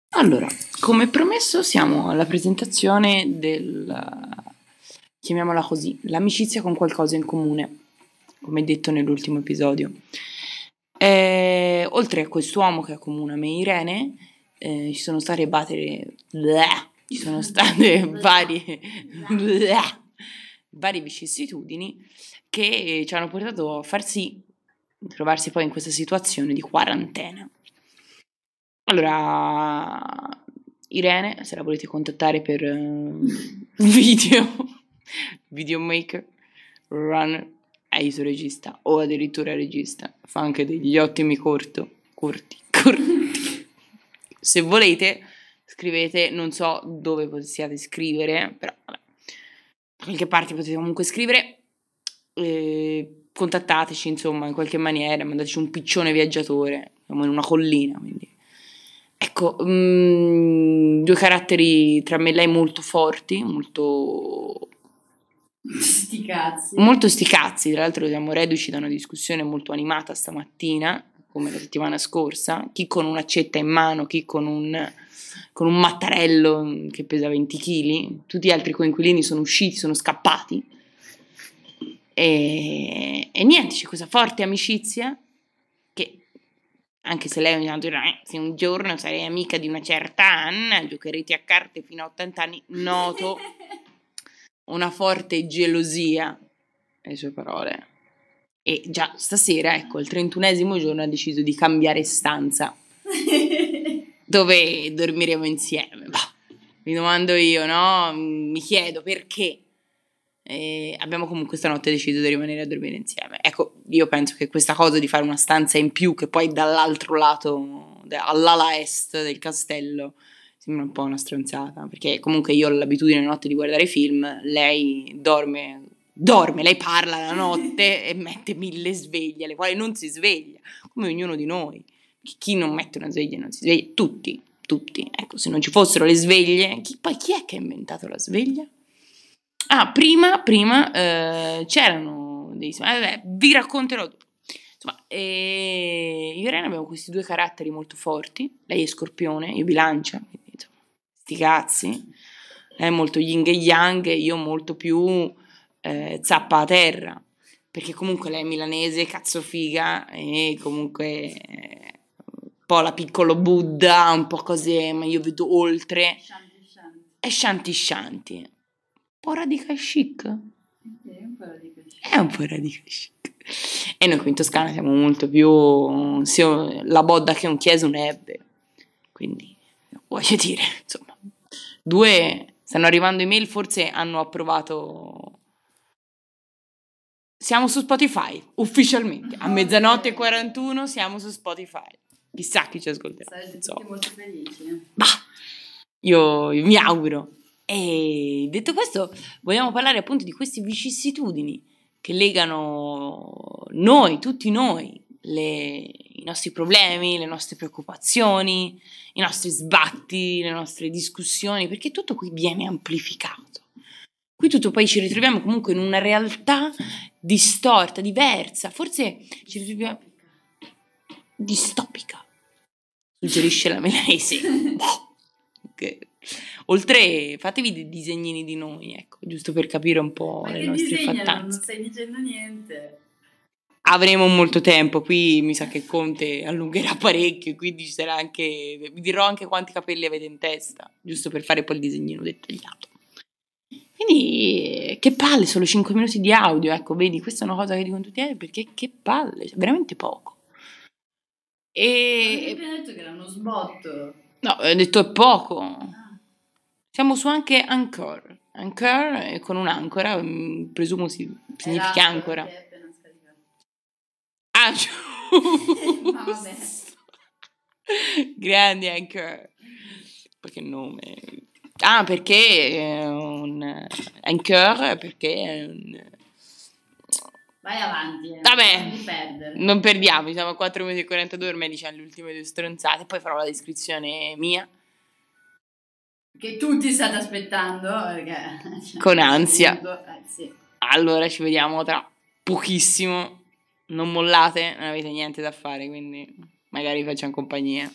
Allora, come promesso siamo alla presentazione chiamiamola così, l'amicizia con qualcosa in comune, come detto nell'ultimo episodio. Oltre a quest'uomo che accomuna me e Irene, ci sono state varie vicissitudini che ci hanno portato a far sì di trovarsi poi in questa situazione di quarantena. Allora, Irene, se la volete contattare per videomaker, runner, è il suo regista o addirittura regista, fa anche degli ottimi corti. Se volete, scrivete, non so dove possiate scrivere, però vabbè, da qualche parte potete comunque scrivere, contattateci insomma in qualche maniera, mandateci un piccione viaggiatore, siamo in una collina, quindi ecco, due caratteri tra me e lei molto forti, molto sti cazzi. Tra l'altro siamo reduci da una discussione molto animata stamattina, come la settimana scorsa, chi con un'accetta in mano, chi con un mattarello che pesa 20 kg, tutti gli altri coinquilini sono usciti, sono scappati e niente, c'è questa forte amicizia che, anche se lei ogni tanto dirà se un giorno sarei amica di una certa Anna, giocherete a carte fino a 80 anni, noto una forte gelosia, le sue parole. E già stasera, ecco, il 31esimo giorno ha deciso di cambiare stanza dove dormiremo insieme. Bah, mi domando io, no? Mi chiedo perché. Abbiamo comunque stanotte deciso di rimanere a dormire insieme. Ecco, io penso che questa cosa di fare una stanza in più, che poi dall'altro lato, all'ala est del castello, sembra un po' una stronzata, perché comunque io ho l'abitudine la notte di guardare film, lei dorme, lei parla la notte e mette 1000 sveglie, alle quali non si sveglia, come ognuno di noi. Chi non mette una sveglia non si sveglia, tutti. Ecco, se non ci fossero le sveglie, chi è che ha inventato la sveglia? Ah, prima c'erano dei... vi racconterò dopo. Insomma, io e Irene abbiamo questi due caratteri molto forti. Lei è Scorpione, io Bilancia, quindi insomma, sti cazzi. Lei è molto yin e yang, io molto più zappa a terra, perché comunque lei è milanese, cazzo figa, e comunque un po' la piccolo Buddha, un po' così, ma io vedo oltre. È shanty shanty. Un po' radical chic. È un po' radical chic. E noi qui in Toscana siamo molto più la bodda che un chiesa un ebbe. Quindi, voglio dire, insomma, stanno arrivando email, forse hanno approvato. Siamo su Spotify, ufficialmente. A 00:41 siamo su Spotify. Chissà chi ci ascolterà. Sarete tutti molto felici. Bah, io mi auguro. E detto questo, vogliamo parlare appunto di queste vicissitudini che legano noi, tutti noi, i nostri problemi, le nostre preoccupazioni, i nostri sbatti, le nostre discussioni, perché tutto qui viene amplificato. Qui tutto poi ci ritroviamo comunque in una realtà distorta, diversa, forse ci ritroviamo distopica, suggerisce la milanese. Okay. Oltre, fatevi dei disegnini di noi, ecco, giusto per capire un po' le nostre fattanze. Non stai dicendo niente. Avremo molto tempo, qui mi sa che Conte allungherà parecchio, quindi ci sarà anche, vi dirò anche quanti capelli avete in testa, giusto per fare poi il disegnino dettagliato. Quindi, che palle, solo 5 minuti di audio, ecco, vedi, questa è una cosa che dicono tutti, perché che palle, cioè, veramente poco. E abbiamo detto che era uno sbotto. No, ho detto è poco. Siamo su anche Anchor. Anchor con un'ancora, presumo significa ancora. Ah, Vabbè. Grande Anchor. Perché nome? Ah, perché è un Anchor, perché è un... Vai avanti. Vabbè, non perdiamo, siamo a 4 minuti e 42, ormai diciamo le ultime due stronzate, poi farò la descrizione mia. Che tutti state aspettando, perché... Con ansia. Sì. Allora ci vediamo tra pochissimo. Non mollate, non avete niente da fare, quindi magari facciamo compagnia.